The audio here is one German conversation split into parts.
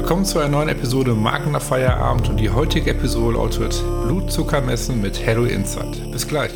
willkommen zu einer neuen Episode Marken nach Feierabend und die heutige Episode lautet Blutzucker messen mit Hello Insight. Bis gleich.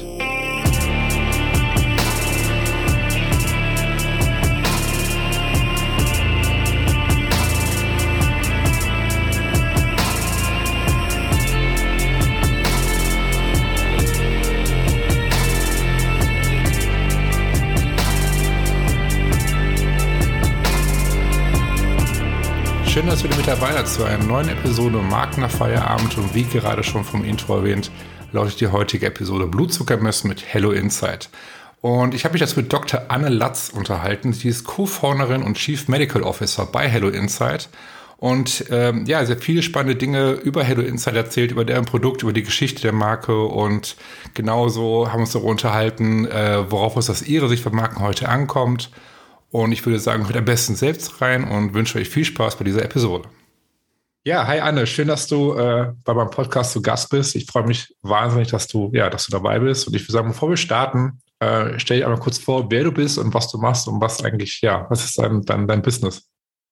Schön, dass ihr wieder mit dabei seid zu einer neuen Episode Marken nach Feierabend und wie gerade schon vom Intro erwähnt, lautet die heutige Episode Blutzucker messen mit Hello Insight. Und ich habe mich jetzt mit Dr. Anne Latz unterhalten. Sie ist Co-Founderin und Chief Medical Officer bei Hello Insight. Und sie hat viele spannende Dinge über Hello Insight erzählt, über deren Produkt, über die Geschichte der Marke. Und genauso haben wir uns darüber unterhalten, worauf es aus ihrer Sicht von Marken heute ankommt. Und ich würde sagen, hört am besten selbst rein und wünsche euch viel Spaß bei dieser Episode. Ja, hi Anne, schön, dass du bei meinem Podcast zu Gast bist. Ich freue mich wahnsinnig, dass du dabei bist. Und ich würde sagen, bevor wir starten, stell dich einmal kurz vor, wer du bist und was du machst und was ist dein Business?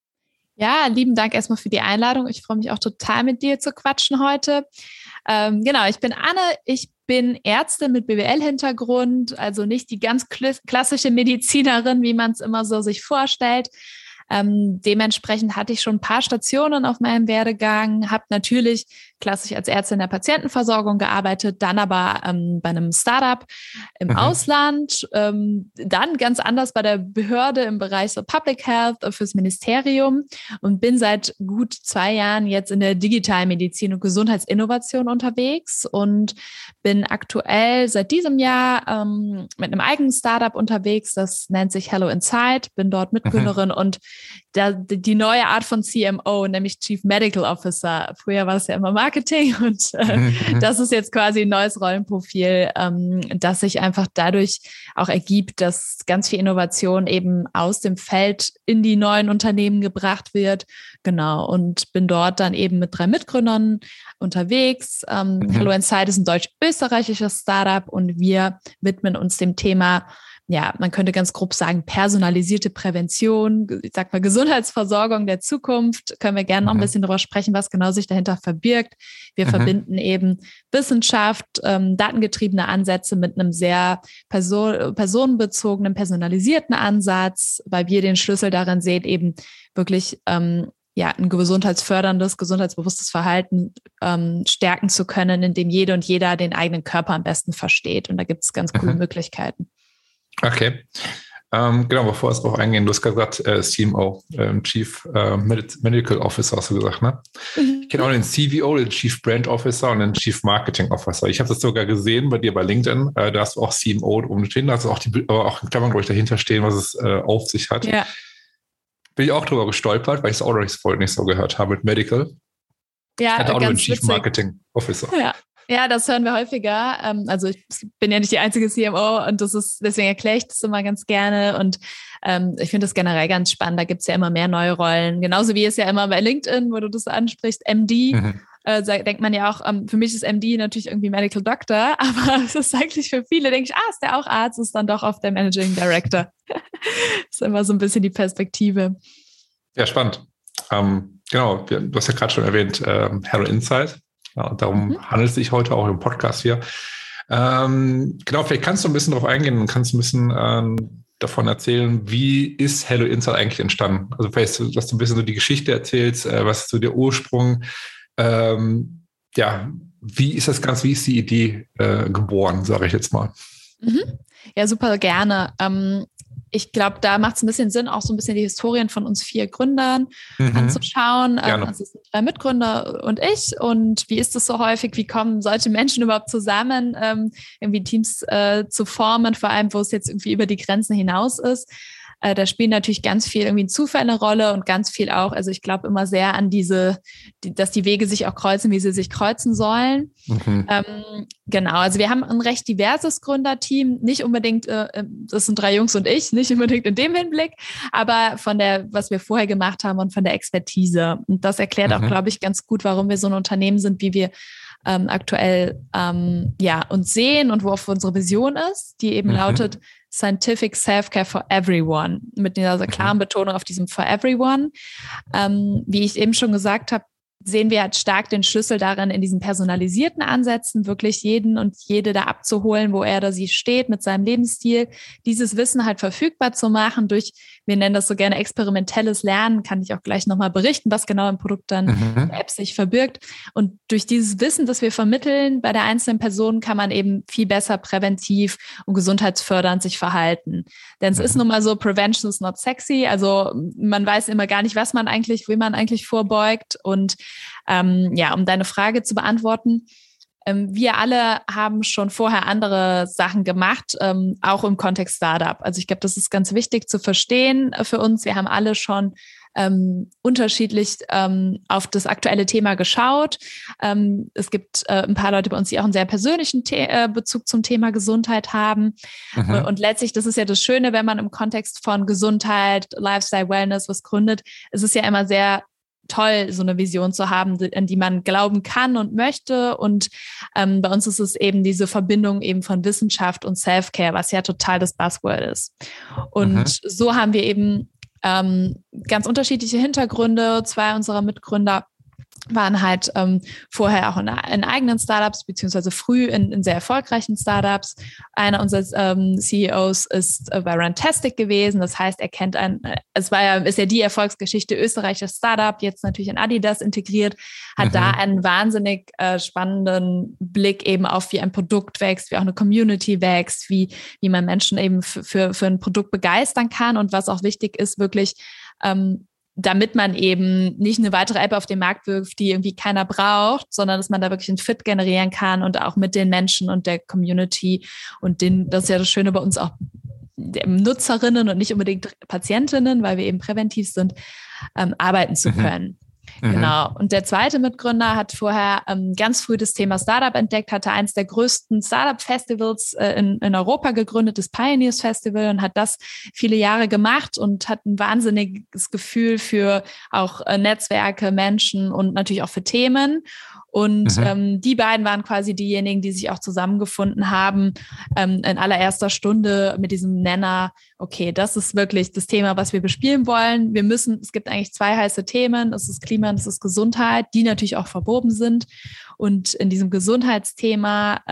Ja, lieben Dank erstmal für die Einladung. Ich freue mich auch total, mit dir zu quatschen heute. Ich bin Anne, ich bin Ärztin mit BWL-Hintergrund, also nicht die ganz klassische Medizinerin, wie man es immer so sich vorstellt. Dementsprechend hatte ich schon ein paar Stationen auf meinem Werdegang, habe natürlich klassisch als Ärztin in der Patientenversorgung gearbeitet, dann aber bei einem Startup im Ausland, dann ganz anders bei der Behörde im Bereich so Public Health fürs Ministerium und bin seit gut 2 Jahren jetzt in der Digitalmedizin und Gesundheitsinnovation unterwegs und bin aktuell seit diesem Jahr mit einem eigenen Startup unterwegs, das nennt sich Hello Insight, bin dort Mitgründerin und die neue Art von CMO, nämlich Chief Medical Officer. Früher war es ja immer Marketing und das ist jetzt quasi ein neues Rollenprofil, das sich einfach dadurch auch ergibt, dass ganz viel Innovation eben aus dem Feld in die neuen Unternehmen gebracht wird. Genau. Und bin dort dann eben mit 3 Mitgründern unterwegs. Hello Insight ist ein deutsch-österreichisches Startup und wir widmen uns dem Thema, ja, man könnte ganz grob sagen, personalisierte Prävention, ich sag mal Gesundheitsversorgung der Zukunft. Können wir gerne noch ein bisschen darüber sprechen, was genau sich dahinter verbirgt. Wir verbinden eben Wissenschaft, datengetriebene Ansätze mit einem sehr personenbezogenen, personalisierten Ansatz, weil wir den Schlüssel darin sehen, eben wirklich ein gesundheitsförderndes, gesundheitsbewusstes Verhalten stärken zu können, indem jede und jeder den eigenen Körper am besten versteht. Und da gibt es ganz coole Möglichkeiten. Okay. Bevor wir darauf eingehen, du hast gesagt, CMO, Chief Medical Officer hast du gesagt, ne? Ich kenne auch den CVO, den Chief Brand Officer und den Chief Marketing Officer. Ich habe das sogar gesehen bei dir bei LinkedIn, da hast du auch CMO oben stehen, da hast du aber auch in Klammern, glaube ich, dahinter stehen, was es auf sich hat. Ja. Bin ich auch drüber gestolpert, weil ich es auch noch nicht so gehört habe mit Medical. Ja, ich hatte auch nur einen Chief witzig. Marketing Officer. Ja, das hören wir häufiger. Also ich bin ja nicht die einzige CMO und deswegen erkläre ich das immer ganz gerne. Und ich finde das generell ganz spannend. Da gibt es ja immer mehr neue Rollen. Genauso wie es ja immer bei LinkedIn, wo du das ansprichst, MD. Denkt man ja auch, für mich ist MD natürlich irgendwie Medical Doctor, aber es ist eigentlich für viele, denke ich, ist der auch Arzt, ist dann doch oft der Managing Director. Das ist immer so ein bisschen die Perspektive. Ja, spannend. Du hast ja gerade schon erwähnt, Hello Insight. Ja, und darum handelt es sich heute auch im Podcast hier. Vielleicht kannst du ein bisschen darauf eingehen und kannst ein bisschen davon erzählen, wie ist Hello Insight eigentlich entstanden? Also vielleicht, dass du ein bisschen so die Geschichte erzählst, was ist so der Ursprung? Wie ist das Ganze, wie ist die Idee geboren, sage ich jetzt mal? Ja, super gerne. Ich glaube, da macht es ein bisschen Sinn, auch so ein bisschen die Historien von uns 4 Gründern anzuschauen. Also es sind 3 Mitgründer und ich. Und wie ist das so häufig? Wie kommen solche Menschen überhaupt zusammen, irgendwie Teams zu formen, vor allem, wo es jetzt irgendwie über die Grenzen hinaus ist? Da spielen natürlich ganz viel irgendwie Zufälle eine Rolle und ganz viel auch, also ich glaube immer sehr an dass die Wege sich auch kreuzen, wie sie sich kreuzen sollen. Also wir haben ein recht diverses Gründerteam, nicht unbedingt, das sind 3 Jungs und ich, nicht unbedingt in dem Hinblick, aber von was wir vorher gemacht haben und von der Expertise. Und das erklärt auch, glaube ich, ganz gut, warum wir so ein Unternehmen sind, wie wir aktuell uns sehen und worauf unsere Vision ist, die eben lautet, Scientific Self-Care for Everyone, mit dieser klaren Betonung auf diesem For Everyone. Wie ich eben schon gesagt habe, sehen wir halt stark den Schlüssel darin, in diesen personalisierten Ansätzen wirklich jeden und jede da abzuholen, wo er oder sie steht mit seinem Lebensstil, dieses Wissen halt verfügbar zu machen durch, wir nennen das so gerne experimentelles Lernen, kann ich auch gleich nochmal berichten, was genau im Produkt dann in der App sich verbirgt. Und durch dieses Wissen, das wir vermitteln bei der einzelnen Person, kann man eben viel besser präventiv und gesundheitsfördernd sich verhalten. Denn es ist nun mal so, Prevention is not sexy, also man weiß immer gar nicht, wie man eigentlich vorbeugt. Und um deine Frage zu beantworten, wir alle haben schon vorher andere Sachen gemacht, auch im Kontext Startup. Also ich glaube, das ist ganz wichtig zu verstehen für uns. Wir haben alle schon unterschiedlich auf das aktuelle Thema geschaut. Es gibt ein paar Leute bei uns, die auch einen sehr persönlichen Bezug zum Thema Gesundheit haben. Und letztlich, das ist ja das Schöne, wenn man im Kontext von Gesundheit, Lifestyle, Wellness was gründet, es ist ja immer sehr toll, so eine Vision zu haben, an die man glauben kann und möchte. Und bei uns ist es eben diese Verbindung eben von Wissenschaft und Self-Care, was ja total das Buzzword ist. Und so haben wir eben ganz unterschiedliche Hintergründe. 2 unserer Mitgründer waren halt vorher auch in eigenen Startups, beziehungsweise früh in sehr erfolgreichen Startups. Einer unserer CEOs ist bei Runtastic gewesen. Das heißt, er kennt ist ja die Erfolgsgeschichte österreichisches Startup, jetzt natürlich in Adidas integriert, hat da einen wahnsinnig spannenden Blick eben auf, wie ein Produkt wächst, wie auch eine Community wächst, wie man Menschen eben für ein Produkt begeistern kann und was auch wichtig ist, wirklich damit man eben nicht eine weitere App auf den Markt wirft, die irgendwie keiner braucht, sondern dass man da wirklich einen Fit generieren kann und auch mit den Menschen und der Community und das ist ja das Schöne bei uns auch, Nutzerinnen und nicht unbedingt Patientinnen, weil wir eben präventiv sind, arbeiten zu können. Genau. Und der zweite Mitgründer hat vorher ganz früh das Thema Startup entdeckt, hatte eins der größten Startup-Festivals in Europa gegründet, das Pioneers Festival, und hat das viele Jahre gemacht und hat ein wahnsinniges Gefühl für auch Netzwerke, Menschen und natürlich auch für Themen. Und die beiden waren quasi diejenigen, die sich auch zusammengefunden haben in allererster Stunde mit diesem Nenner, okay, das ist wirklich das Thema, was wir bespielen wollen. Es gibt eigentlich 2 heiße Themen, es ist Klima und es ist Gesundheit, die natürlich auch verwoben sind. Und in diesem Gesundheitsthema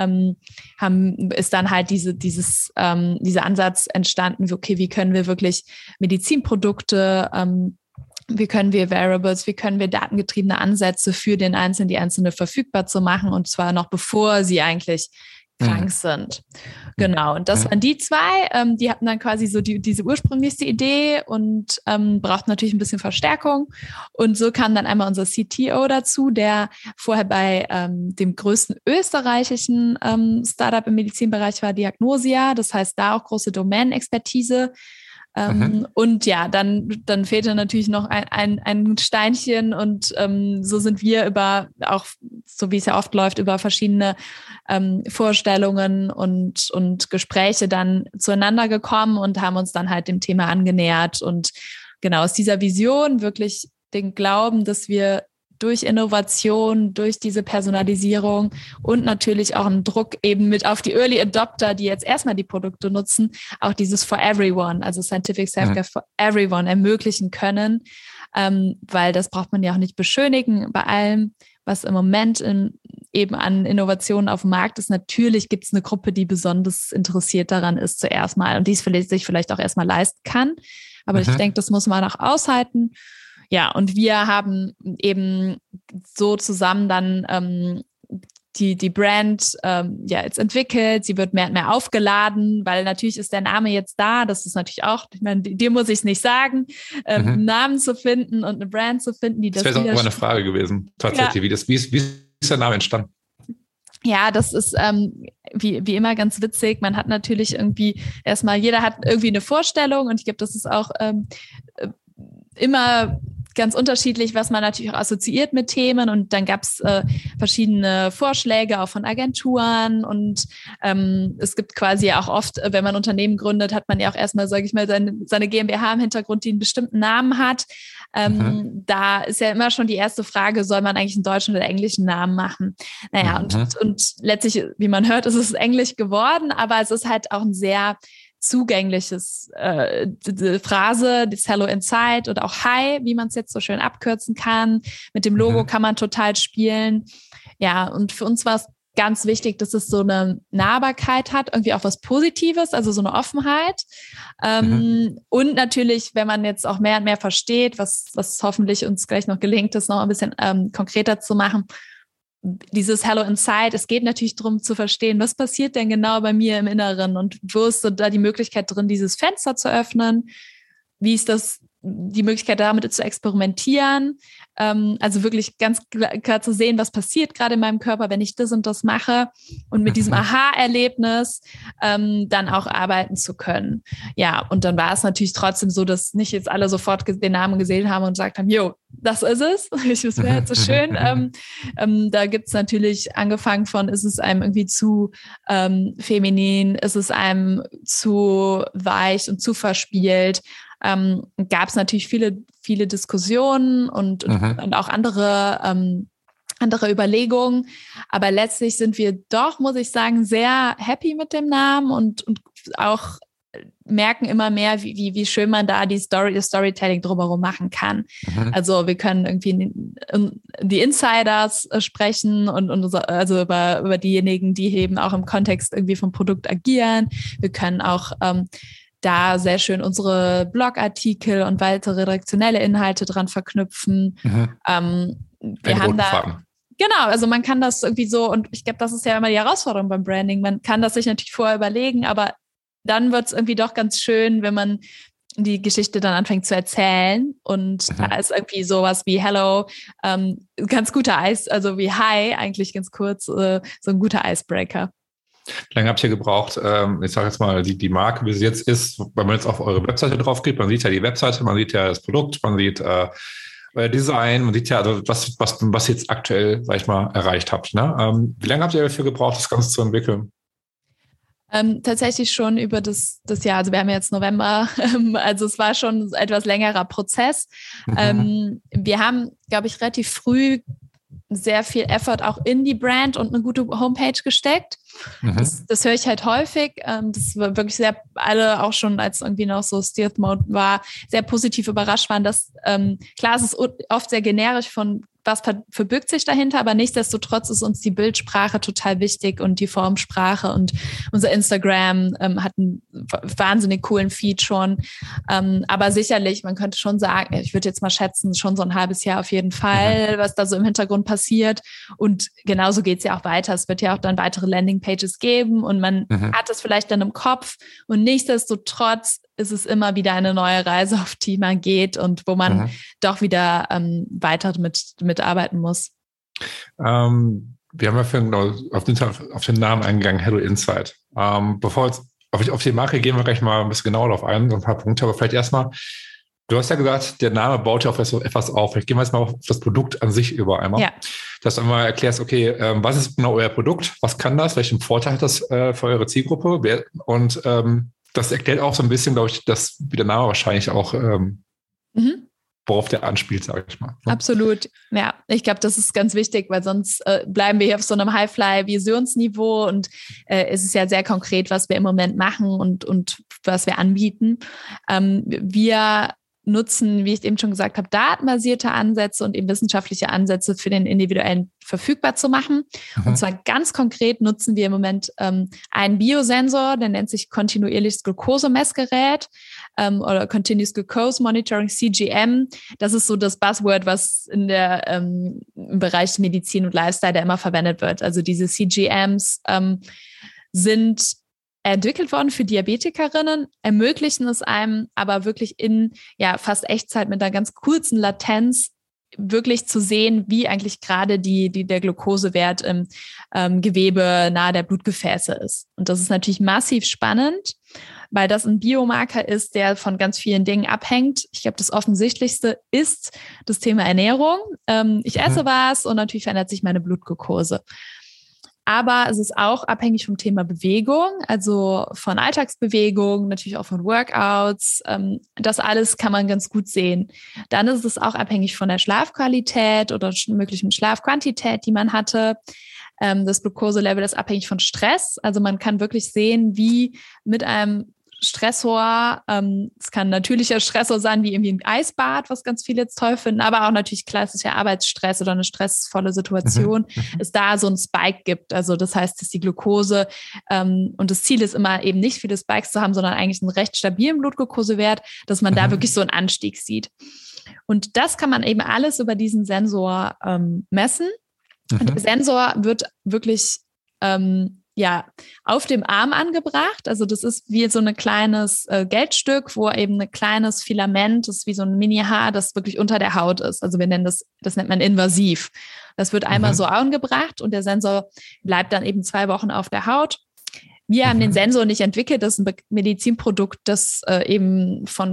ist dann halt dieser Ansatz entstanden, okay, wie können wir wirklich Medizinprodukte wie können wir Variables, wie können wir datengetriebene Ansätze für die Einzelne verfügbar zu machen, und zwar noch bevor sie eigentlich krank sind. Genau, und das waren die 2, die hatten dann quasi so diese ursprünglichste Idee und brauchten natürlich ein bisschen Verstärkung. Und so kam dann einmal unser CTO dazu, der vorher bei dem größten österreichischen Startup im Medizinbereich war, Diagnosia, das heißt da auch große Domänenexpertise. Und ja, dann fehlte natürlich noch ein Steinchen und so sind wir auch, so wie es ja oft läuft, über verschiedene Vorstellungen und Gespräche dann zueinander gekommen und haben uns dann halt dem Thema angenähert und genau aus dieser Vision wirklich den Glauben, dass wir durch Innovation, durch diese Personalisierung und natürlich auch einen Druck eben mit auf die Early Adopter, die jetzt erstmal die Produkte nutzen, auch dieses For Everyone, also Scientific Self-Care for Everyone ermöglichen können, weil das braucht man ja auch nicht beschönigen bei allem, was im Moment eben an Innovationen auf dem Markt ist. Natürlich gibt es eine Gruppe, die besonders interessiert daran ist zuerst mal und die es sich vielleicht auch erstmal leisten kann, aber ich denke, das muss man auch aushalten. Ja, und wir haben eben so zusammen dann die Brand jetzt entwickelt. Sie wird mehr und mehr aufgeladen, weil natürlich ist der Name jetzt da. Das ist natürlich auch, ich meine, dir muss ich es nicht sagen, einen Namen zu finden und eine Brand zu finden, die das wäre auch eine Frage gewesen, tatsächlich. Ja. Wie ist der Name entstanden? Ja, das ist wie immer ganz witzig. Man hat natürlich irgendwie jeder hat irgendwie eine Vorstellung und ich glaube, das ist auch immer ganz unterschiedlich, was man natürlich auch assoziiert mit Themen, und dann gab es verschiedene Vorschläge auch von Agenturen und es gibt quasi auch oft, wenn man Unternehmen gründet, hat man ja auch erstmal, sage ich mal, seine GmbH im Hintergrund, die einen bestimmten Namen hat. Da ist ja immer schon die erste Frage, soll man eigentlich einen deutschen oder englischen Namen machen? Naja, und letztlich, wie man hört, ist es Englisch geworden, aber es ist halt auch ein sehr zugängliches Phrase, das Hello Inside oder auch Hi, wie man es jetzt so schön abkürzen kann. Mit dem Logo kann man total spielen. Ja, und für uns war es ganz wichtig, dass es so eine Nahbarkeit hat, irgendwie auch was Positives, also so eine Offenheit. Und natürlich, wenn man jetzt auch mehr und mehr versteht, was hoffentlich uns gleich noch gelingt, das noch ein bisschen konkreter zu machen, dieses Hello Inside, es geht natürlich darum zu verstehen, was passiert denn genau bei mir im Inneren und wo ist so da die Möglichkeit drin, dieses Fenster zu öffnen? Wie ist das die Möglichkeit damit zu experimentieren, also wirklich ganz klar zu sehen, was passiert gerade in meinem Körper, wenn ich das und das mache und mit diesem Aha-Erlebnis dann auch arbeiten zu können. Ja, und dann war es natürlich trotzdem so, dass nicht jetzt alle sofort den Namen gesehen haben und gesagt haben, jo, das ist es. Das wäre jetzt so schön. Da gibt's natürlich angefangen von, ist es einem irgendwie zu feminin, ist es einem zu weich und zu verspielt. Gab es natürlich viele Diskussionen und auch andere Überlegungen. Aber letztlich sind wir doch, muss ich sagen, sehr happy mit dem Namen und auch merken immer mehr, wie schön man da das Storytelling drumherum machen kann. Also wir können irgendwie die Insiders sprechen und also über diejenigen, die eben auch im Kontext irgendwie vom Produkt agieren. Wir können auch da sehr schön unsere Blogartikel und weitere redaktionelle Inhalte dran verknüpfen. Wir haben da, genau, also man kann das irgendwie so, und ich glaube, das ist ja immer die Herausforderung beim Branding. Man kann das sich natürlich vorher überlegen, aber dann wird es irgendwie doch ganz schön, wenn man die Geschichte dann anfängt zu erzählen. Und da ist irgendwie sowas wie Hello, ganz guter also wie Hi, eigentlich ganz kurz, so ein guter Icebreaker. Wie lange habt ihr gebraucht? Ich sage jetzt mal, die Marke, wie sie jetzt ist, wenn man jetzt auf eure Webseite drauf geht, man sieht ja die Webseite, man sieht ja das Produkt, man sieht euer Design, man sieht ja, also was ihr jetzt aktuell, sag ich mal, erreicht habt. Ne? Wie lange habt ihr dafür gebraucht, das Ganze zu entwickeln? Tatsächlich schon über das Jahr, also wir haben jetzt November, also es war schon ein etwas längerer Prozess. Wir haben, glaube ich, relativ früh sehr viel Effort auch in die Brand und eine gute Homepage gesteckt. Das höre ich halt häufig. Das war wirklich sehr, alle auch schon, als irgendwie noch so Stealth Mode war, sehr positiv überrascht waren, dass klar, es ist oft sehr generisch von was verbirgt sich dahinter, aber nichtsdestotrotz ist uns die Bildsprache total wichtig und die Formsprache, und unser Instagram hat einen wahnsinnig coolen Feed schon. Aber sicherlich, man könnte schon sagen, ich würde jetzt mal schätzen, schon so ein halbes Jahr auf jeden Fall, was da so im Hintergrund passiert. Und genauso geht es ja auch weiter. Es wird ja auch dann weitere Landingpages geben und man hat es vielleicht dann im Kopf, und nichtsdestotrotz ist es immer wieder eine neue Reise, auf die man geht und wo man doch wieder weiter mitarbeiten muss. Wir haben ja vorhin auf den Namen eingegangen, Hello Inside. Bevor wir auf die Marke gehen wir gleich mal ein bisschen genauer darauf ein, so ein paar Punkte, aber vielleicht erstmal, du hast ja gesagt, der Name baut ja auf etwas auf. Vielleicht gehen wir jetzt mal auf das Produkt an sich über einmal. Ja. Dass du einmal erklärst, okay, was ist genau euer Produkt? Was kann das? Welchen Vorteil hat das für eure Zielgruppe? Und das erklärt auch so ein bisschen, glaube ich, wie der Name wahrscheinlich auch, worauf der anspielt, sage ich mal. Absolut. Ja, ich glaube, das ist ganz wichtig, weil sonst bleiben wir hier auf so einem High-Fly-Visionsniveau, und es ist ja sehr konkret, was wir im Moment machen und was wir anbieten. Wir nutzen, wie ich eben schon gesagt habe, datenbasierte Ansätze und eben wissenschaftliche Ansätze für den Individuellen verfügbar zu machen. Und zwar ganz konkret nutzen wir im Moment einen Biosensor, der nennt sich kontinuierliches Glukosemessgerät oder Continuous Glucose Monitoring, CGM. Das ist so das Buzzword, was in der im Bereich Medizin und Lifestyle da immer verwendet wird. Also diese CGMs sind entwickelt worden für Diabetikerinnen, ermöglichen es einem aber wirklich in fast Echtzeit mit einer ganz kurzen Latenz wirklich zu sehen, wie eigentlich gerade der Glukosewert im Gewebe nahe der Blutgefäße ist. Und das ist natürlich massiv spannend, weil das ein Biomarker ist, der von ganz vielen Dingen abhängt. Ich glaube, das Offensichtlichste ist das Thema Ernährung. Ich esse was und natürlich verändert sich meine Blutglucose. Aber es ist auch abhängig vom Thema Bewegung, also von Alltagsbewegung, natürlich auch von Workouts. Das alles kann man ganz gut sehen. Dann ist es auch abhängig von der Schlafqualität oder möglichen Schlafquantität, die man hatte. Das Glukoselevel ist abhängig von Stress. Also man kann wirklich sehen, wie mit einem Stressor. Es kann natürlicher Stressor sein, wie irgendwie ein Eisbad, was ganz viele jetzt toll finden, aber auch natürlich klassischer Arbeitsstress oder eine stressvolle Situation, es da so einen Spike gibt. Also das heißt, dass die Glucose und das Ziel ist immer eben nicht viele Spikes zu haben, sondern eigentlich einen recht stabilen Blutglukosewert, dass man da wirklich so einen Anstieg sieht. Und das kann man eben alles über diesen Sensor messen. Und der Sensor wird wirklich auf dem Arm angebracht. Also das ist wie so ein kleines Geldstück, wo eben ein kleines Filament, das ist wie so ein Mini-Haar, das wirklich unter der Haut ist. Also wir nennen das nennt man invasiv. Das wird einmal so angebracht und der Sensor bleibt dann eben 2 Wochen auf der Haut. Wir haben den Sensor nicht entwickelt. Das ist ein Medizinprodukt, das eben von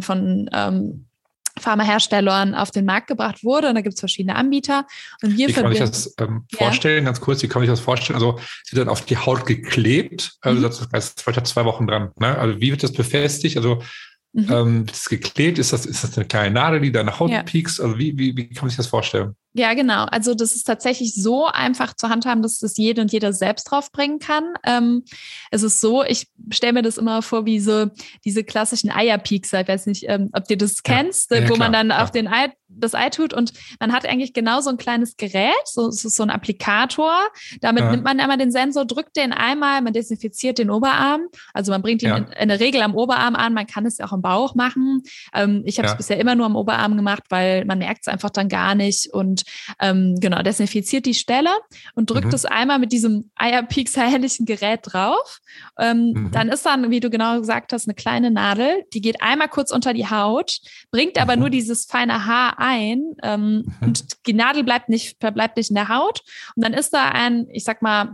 Pharmaherstellern auf den Markt gebracht wurde. Und da gibt es verschiedene Anbieter. Und wir wie kann man sich das vorstellen? Ganz kurz, wie kann man sich das vorstellen? Also es wird dann auf die Haut geklebt. Also das heißt, vielleicht hat 2 Wochen dran. Ne? Also wie wird das befestigt? Also wird es geklebt? Ist das eine kleine Nadel, die da nach Haut piekst? Also wie kann man sich das vorstellen? Ja, genau. Also das ist tatsächlich so einfach zu handhaben, dass das jede und jeder selbst draufbringen kann. Es ist so, ich stelle mir das immer vor wie so diese klassischen Eierpiekser. Ich weiß nicht, ob du das kennst, wo man dann auf das Ei tut und man hat eigentlich genau so ein kleines Gerät, es ist so ein Applikator. Damit nimmt man einmal den Sensor, drückt den einmal, man desinfiziert den Oberarm. Also man bringt ihn in der Regel am Oberarm an, man kann es auch im Bauch machen. Ich habe es bisher immer nur am Oberarm gemacht, weil man merkt es einfach dann gar nicht und desinfiziert die Stelle und drückt es einmal mit diesem Eierpiekser-ähnlichen Gerät drauf. Dann ist dann, wie du genau gesagt hast, eine kleine Nadel, die geht einmal kurz unter die Haut, bringt aber nur dieses feine Haar ein und die Nadel verbleibt nicht in der Haut. Und dann ist da ein, ich sag mal,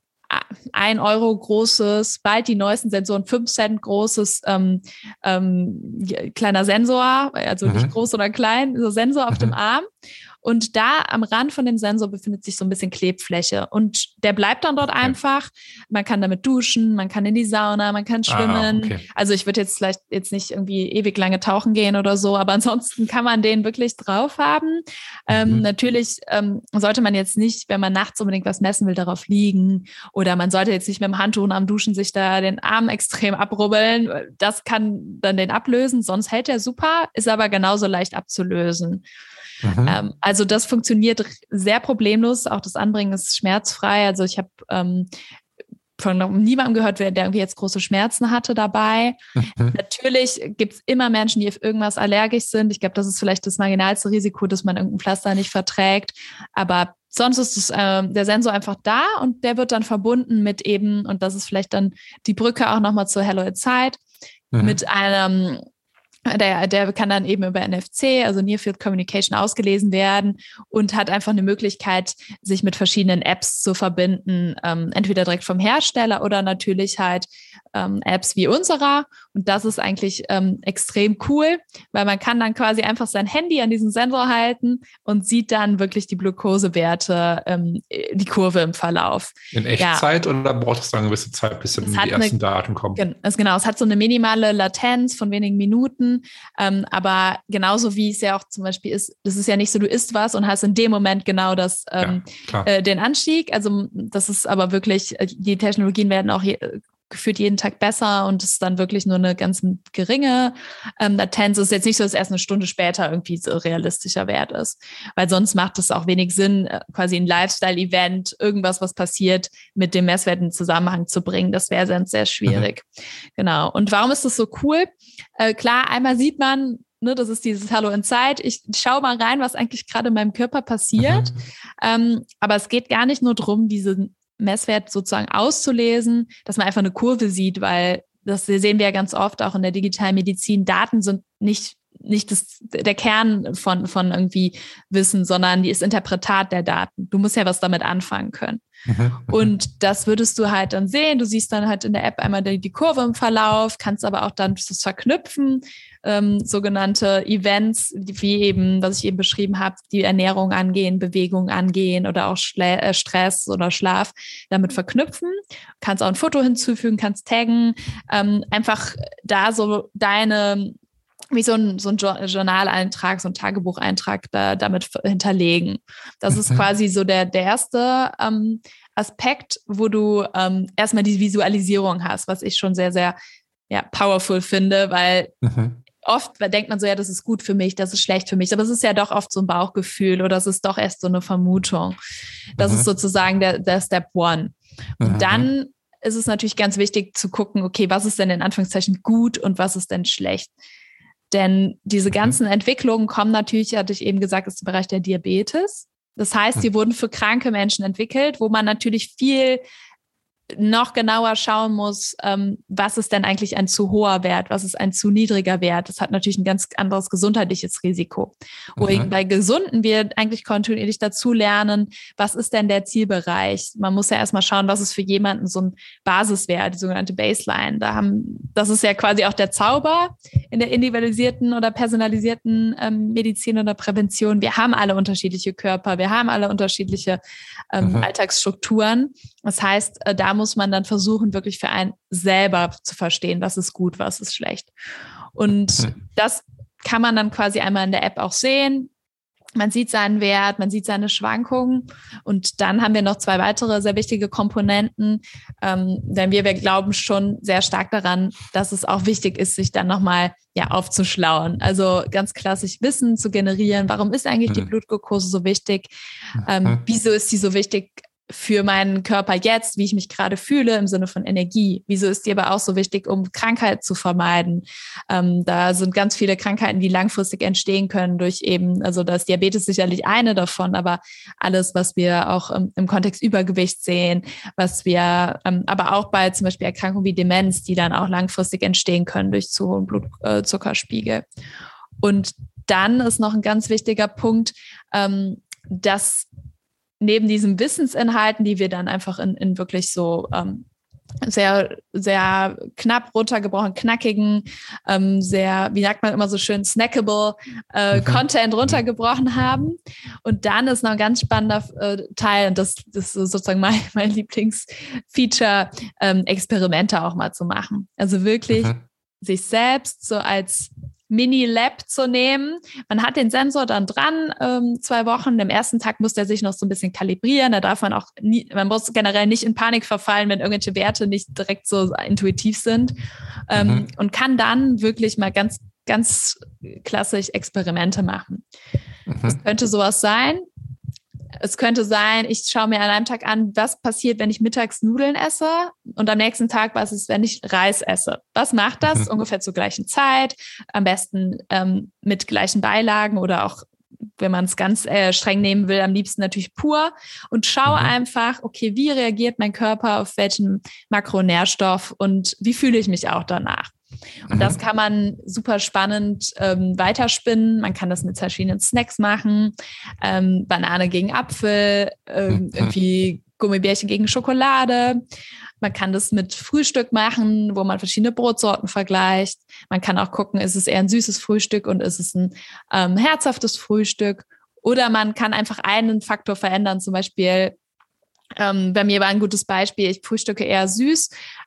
1 Euro großes, bald die neuesten Sensoren, 5 Cent großes kleiner Sensor, also nicht groß oder klein, so Sensor auf dem Arm. Und da am Rand von dem Sensor befindet sich so ein bisschen Klebfläche. Und der bleibt dann dort einfach. Man kann damit duschen, man kann in die Sauna, man kann schwimmen. Also ich würde jetzt vielleicht nicht irgendwie ewig lange tauchen gehen oder so, aber ansonsten kann man den wirklich drauf haben. Natürlich sollte man jetzt nicht, wenn man nachts unbedingt was messen will, darauf liegen. Oder man sollte jetzt nicht mit dem Handtuch am Duschen sich da den Arm extrem abrubbeln. Das kann dann den ablösen. Sonst hält er super, ist aber genauso leicht abzulösen. Also das funktioniert sehr problemlos. Auch das Anbringen ist schmerzfrei. Also ich habe von niemandem gehört, der irgendwie jetzt große Schmerzen hatte dabei. Natürlich gibt es immer Menschen, die auf irgendwas allergisch sind. Ich glaube, das ist vielleicht das marginalste Risiko, dass man irgendein Pflaster nicht verträgt. Aber sonst ist der Sensor einfach da und der wird dann verbunden mit eben, und das ist vielleicht dann die Brücke auch nochmal zur Hello Inside, mit einem der kann dann eben über NFC, also Near Field Communication, ausgelesen werden und hat einfach eine Möglichkeit, sich mit verschiedenen Apps zu verbinden, entweder direkt vom Hersteller oder natürlich halt Apps wie unserer. Und das ist eigentlich extrem cool, weil man kann dann quasi einfach sein Handy an diesen Sensor halten und sieht dann wirklich die Glukosewerte, die Kurve im Verlauf. In Echtzeit oder braucht es dann eine gewisse Zeit, bis dann die ersten Daten kommen? Genau, es hat so eine minimale Latenz von wenigen Minuten. Aber genauso wie es ja auch zum Beispiel ist, das ist ja nicht so, du isst was und hast in dem Moment genau das, den Anstieg. Also das ist aber wirklich, die Technologien werden auch gefühlt jeden Tag besser und es ist dann wirklich nur eine ganz geringe Latenz. Es ist jetzt nicht so, dass erst eine Stunde später irgendwie so realistischer Wert ist, weil sonst macht es auch wenig Sinn, quasi ein Lifestyle-Event, irgendwas, was passiert, mit dem Messwert in Zusammenhang zu bringen. Das wäre sonst sehr schwierig. Genau. Und warum ist das so cool? Klar, einmal sieht man, das ist dieses Hello Inside. Ich schaue mal rein, was eigentlich gerade in meinem Körper passiert. Aber es geht gar nicht nur darum, diesen Messwert sozusagen auszulesen, dass man einfach eine Kurve sieht, weil das sehen wir ja ganz oft auch in der digitalen Medizin. Daten sind nicht der Kern von irgendwie Wissen, sondern die ist Interpretat der Daten. Du musst ja was damit anfangen können. Und das würdest du halt dann sehen. Du siehst dann halt in der App einmal die Kurve im Verlauf, kannst aber auch dann das verknüpfen, sogenannte Events, wie eben, was ich eben beschrieben habe, die Ernährung angehen, Bewegung angehen oder auch Stress oder Schlaf damit verknüpfen. Kannst auch ein Foto hinzufügen, kannst taggen, einfach da so wie so ein Journaleintrag, so ein Tagebucheintrag damit hinterlegen. Das ist quasi so der erste Aspekt, wo du erstmal die Visualisierung hast, was ich schon sehr, sehr ja, powerful finde, weil oft denkt man so, ja, das ist gut für mich, das ist schlecht für mich, aber es ist ja doch oft so ein Bauchgefühl oder es ist doch erst so eine Vermutung. Das ist sozusagen der Step One. Und dann ist es natürlich ganz wichtig zu gucken, okay, was ist denn in Anführungszeichen gut und was ist denn schlecht? Denn diese ganzen Entwicklungen kommen natürlich, hatte ich eben gesagt, ist im Bereich der Diabetes. Das heißt, die wurden für kranke Menschen entwickelt, wo man natürlich viel noch genauer schauen muss, was ist denn eigentlich ein zu hoher Wert, was ist ein zu niedriger Wert. Das hat natürlich ein ganz anderes gesundheitliches Risiko. Wohingegen bei Gesunden wir eigentlich kontinuierlich dazu lernen, was ist denn der Zielbereich. Man muss ja erstmal schauen, was ist für jemanden so ein Basiswert, die sogenannte Baseline. Das ist ja quasi auch der Zauber in der individualisierten oder personalisierten Medizin oder Prävention. Wir haben alle unterschiedliche Körper, wir haben alle unterschiedliche Alltagsstrukturen. Das heißt, da muss man dann versuchen, wirklich für einen selber zu verstehen, was ist gut, was ist schlecht. Und das kann man dann quasi einmal in der App auch sehen. Man sieht seinen Wert, man sieht seine Schwankungen. Und dann haben wir noch 2 weitere sehr wichtige Komponenten. Denn wir glauben schon sehr stark daran, dass es auch wichtig ist, sich dann nochmal aufzuschlauen. Also ganz klassisch Wissen zu generieren. Warum ist eigentlich die Blutglucose so wichtig? Wieso ist sie so wichtig für meinen Körper jetzt, wie ich mich gerade fühle im Sinne von Energie? Wieso ist die aber auch so wichtig, um Krankheit zu vermeiden? Da sind ganz viele Krankheiten, die langfristig entstehen können durch eben, also da ist Diabetes sicherlich eine davon, aber alles, was wir auch im Kontext Übergewicht sehen, was wir aber auch bei zum Beispiel Erkrankungen wie Demenz, die dann auch langfristig entstehen können durch zu hohen Blutzuckerspiegel. Und dann ist noch ein ganz wichtiger Punkt, dass neben diesen Wissensinhalten, die wir dann einfach in wirklich so sehr, sehr knapp runtergebrochen, knackigen, sehr, wie sagt man immer so schön, snackable Content runtergebrochen haben. Und dann ist noch ein ganz spannender Teil, und das ist sozusagen mein Lieblingsfeature, Experimente auch mal zu machen. Also wirklich sich selbst so als Mini-Lab zu nehmen. Man hat den Sensor dann dran, 2 Wochen. Am ersten Tag muss der sich noch so ein bisschen kalibrieren. Da darf man auch man muss generell nicht in Panik verfallen, wenn irgendwelche Werte nicht direkt so intuitiv sind. Und kann dann wirklich mal ganz, ganz klassisch Experimente machen. Das könnte sowas sein. Es könnte sein, ich schaue mir an einem Tag an, was passiert, wenn ich mittags Nudeln esse und am nächsten Tag, was ist, wenn ich Reis esse. Was macht das? Ungefähr zur gleichen Zeit, am besten mit gleichen Beilagen oder auch, wenn man es ganz streng nehmen will, am liebsten natürlich pur und schaue einfach, okay, wie reagiert mein Körper auf welchen Makronährstoff und wie fühle ich mich auch danach. Und das kann man super spannend weiterspinnen. Man kann das mit verschiedenen Snacks machen. Banane gegen Apfel, irgendwie Gummibärchen gegen Schokolade. Man kann das mit Frühstück machen, wo man verschiedene Brotsorten vergleicht. Man kann auch gucken, ist es eher ein süßes Frühstück und ist es ein herzhaftes Frühstück. Oder man kann einfach einen Faktor verändern, zum Beispiel bei mir war ein gutes Beispiel, ich frühstücke eher süß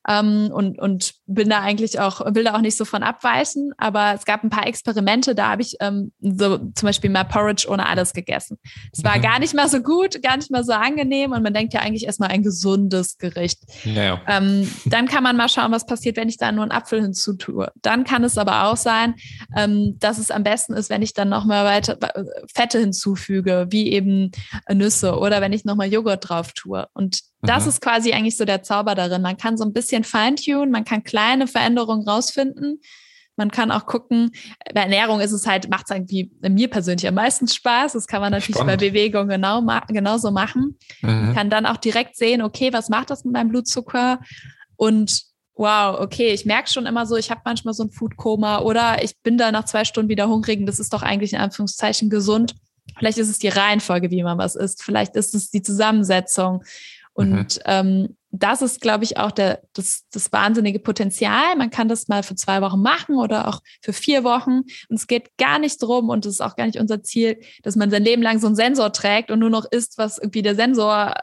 und bin da eigentlich will da auch nicht so von abweichen, aber es gab ein paar Experimente, da habe ich so zum Beispiel mal Porridge ohne alles gegessen. Es war gar nicht mal so gut, gar nicht mal so angenehm und man denkt ja eigentlich erstmal ein gesundes Gericht. Ja. Dann kann man mal schauen, was passiert, wenn ich da nur einen Apfel hinzutue. Dann kann es aber auch sein, dass es am besten ist, wenn ich dann nochmal weiter Fette hinzufüge, wie eben Nüsse oder wenn ich nochmal Joghurt drauf tue. Und das ist quasi eigentlich so der Zauber darin. Man kann so ein bisschen feintunen, man kann kleine Veränderungen rausfinden. Man kann auch gucken, bei Ernährung ist es halt, macht es irgendwie mir persönlich am meisten Spaß. Das kann man natürlich bei Bewegung genauso machen. Man kann dann auch direkt sehen, okay, was macht das mit meinem Blutzucker? Und wow, okay, ich merke schon immer so, ich habe manchmal so ein Foodkoma oder ich bin da nach 2 Stunden wieder hungrig und das ist doch eigentlich in Anführungszeichen gesund. Vielleicht ist es die Reihenfolge, wie man was isst. Vielleicht ist es die Zusammensetzung. Und das ist, glaube ich, auch das wahnsinnige Potenzial. Man kann das mal für 2 Wochen machen oder auch für 4 Wochen. Und es geht gar nicht drum, und es ist auch gar nicht unser Ziel, dass man sein Leben lang so einen Sensor trägt und nur noch isst, was irgendwie der Sensor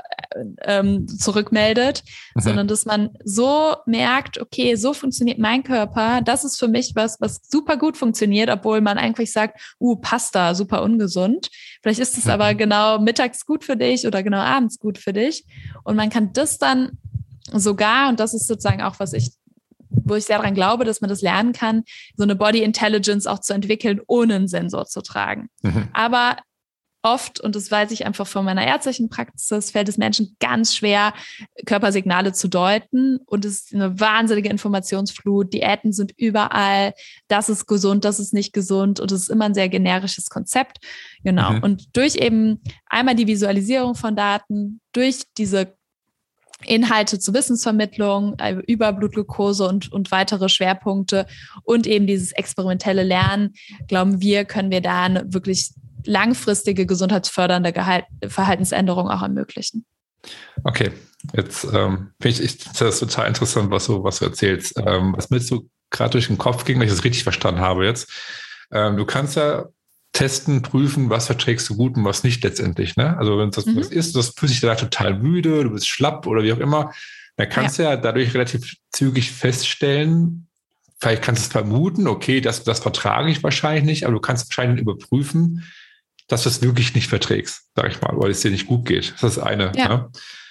zurückmeldet, sondern dass man so merkt, okay, so funktioniert mein Körper. Das ist für mich was super gut funktioniert, obwohl man eigentlich sagt, Pasta, super ungesund. Vielleicht ist es aber genau mittags gut für dich oder genau abends gut für dich. Und man kann das dann sogar, und das ist sozusagen auch, was ich wo ich sehr daran glaube, dass man das lernen kann, so eine Body Intelligence auch zu entwickeln, ohne einen Sensor zu tragen. Aber oft, und das weiß ich einfach von meiner ärztlichen Praxis, fällt es Menschen ganz schwer, Körpersignale zu deuten. Und es ist eine wahnsinnige Informationsflut. Diäten sind überall. Das ist gesund, das ist nicht gesund. Und es ist immer ein sehr generisches Konzept. Genau. Und durch eben einmal die Visualisierung von Daten, durch diese Inhalte zur Wissensvermittlung über Blutglucose und weitere Schwerpunkte und eben dieses experimentelle Lernen, glauben wir, können wir da eine wirklich langfristige gesundheitsfördernde Verhaltensänderung auch ermöglichen. Okay, jetzt finde ich das total interessant, was du erzählst. Was mir so gerade durch den Kopf ging, wenn ich das richtig verstanden habe jetzt. Du kannst ja testen, prüfen, was verträgst du gut und was nicht letztendlich. Ne? Also wenn das was ist, das fühlt sich danach total müde, du bist schlapp oder wie auch immer, dann kannst du ja dadurch relativ zügig feststellen, vielleicht kannst du es vermuten, okay, das vertrage ich wahrscheinlich nicht, aber du kannst wahrscheinlich überprüfen, dass du es wirklich nicht verträgst, sag ich mal, weil es dir nicht gut geht. Das ist das eine. Ja.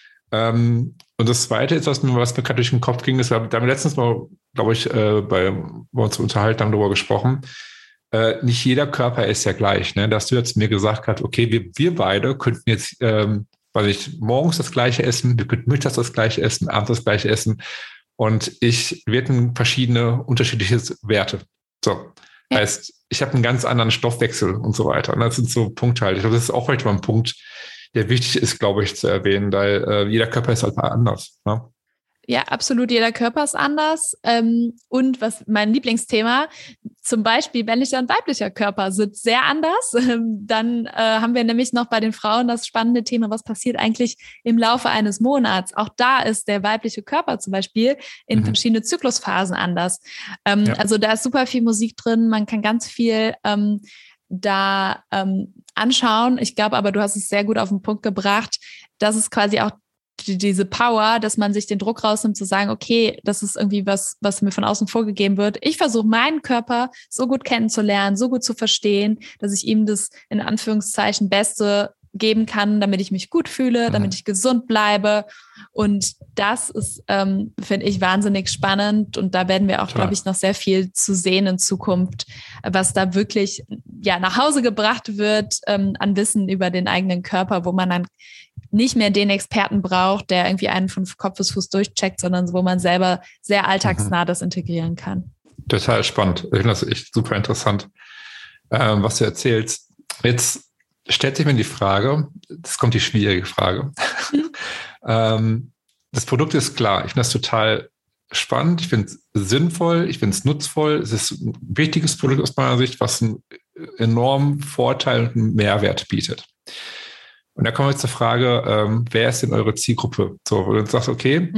Ne? Und das Zweite ist, was mir gerade durch den Kopf ging, da haben wir letztens mal, glaube ich, bei uns unterhalten, haben darüber gesprochen, nicht jeder Körper ist ja gleich. Ne? Dass du jetzt mir gesagt hast, okay, wir beide könnten jetzt, morgens das Gleiche essen, wir könnten mittags das Gleiche essen, abends das Gleiche essen und wir hätten verschiedene unterschiedliche Werte. So. Heißt, ich habe einen ganz anderen Stoffwechsel und so weiter. Und das sind so Punkte halt. Ich glaube, das ist auch vielleicht mal ein Punkt, der wichtig ist, glaube ich, zu erwähnen, weil jeder Körper ist halt mal anders. Ne? Ja, absolut. Jeder Körper ist anders. Und was mein Lieblingsthema, zum Beispiel männlicher und weiblicher Körper sind sehr anders. Dann haben wir nämlich noch bei den Frauen das spannende Thema, was passiert eigentlich im Laufe eines Monats. Auch da ist der weibliche Körper zum Beispiel in verschiedene Zyklusphasen anders. Also da ist super viel Musik drin. Man kann ganz viel da anschauen. Ich glaube aber, du hast es sehr gut auf den Punkt gebracht, dass es quasi auch diese Power, dass man sich den Druck rausnimmt, zu sagen, okay, das ist irgendwie was mir von außen vorgegeben wird. Ich versuche, meinen Körper so gut kennenzulernen, so gut zu verstehen, dass ich ihm das in Anführungszeichen Beste geben kann, damit ich mich gut fühle, damit ich gesund bleibe. Und das ist, finde ich, wahnsinnig spannend. Und da werden wir auch, glaube ich, noch sehr viel zu sehen in Zukunft, was da wirklich nach Hause gebracht wird an Wissen über den eigenen Körper, wo man dann nicht mehr den Experten braucht, der irgendwie einen von Kopf bis Fuß durchcheckt, sondern wo man selber sehr alltagsnah das integrieren kann. Total spannend. Ich finde das echt super interessant, was du erzählst. Jetzt stellt sich mir die Frage, das kommt die schwierige Frage. Das Produkt ist klar. Ich finde das total spannend. Ich finde es sinnvoll. Ich finde es nutzvoll. Es ist ein wichtiges Produkt aus meiner Sicht, was einen enormen Vorteil und einen Mehrwert bietet. Und da kommen wir jetzt zur Frage, wer ist denn eure Zielgruppe? So, wo du sagst, okay,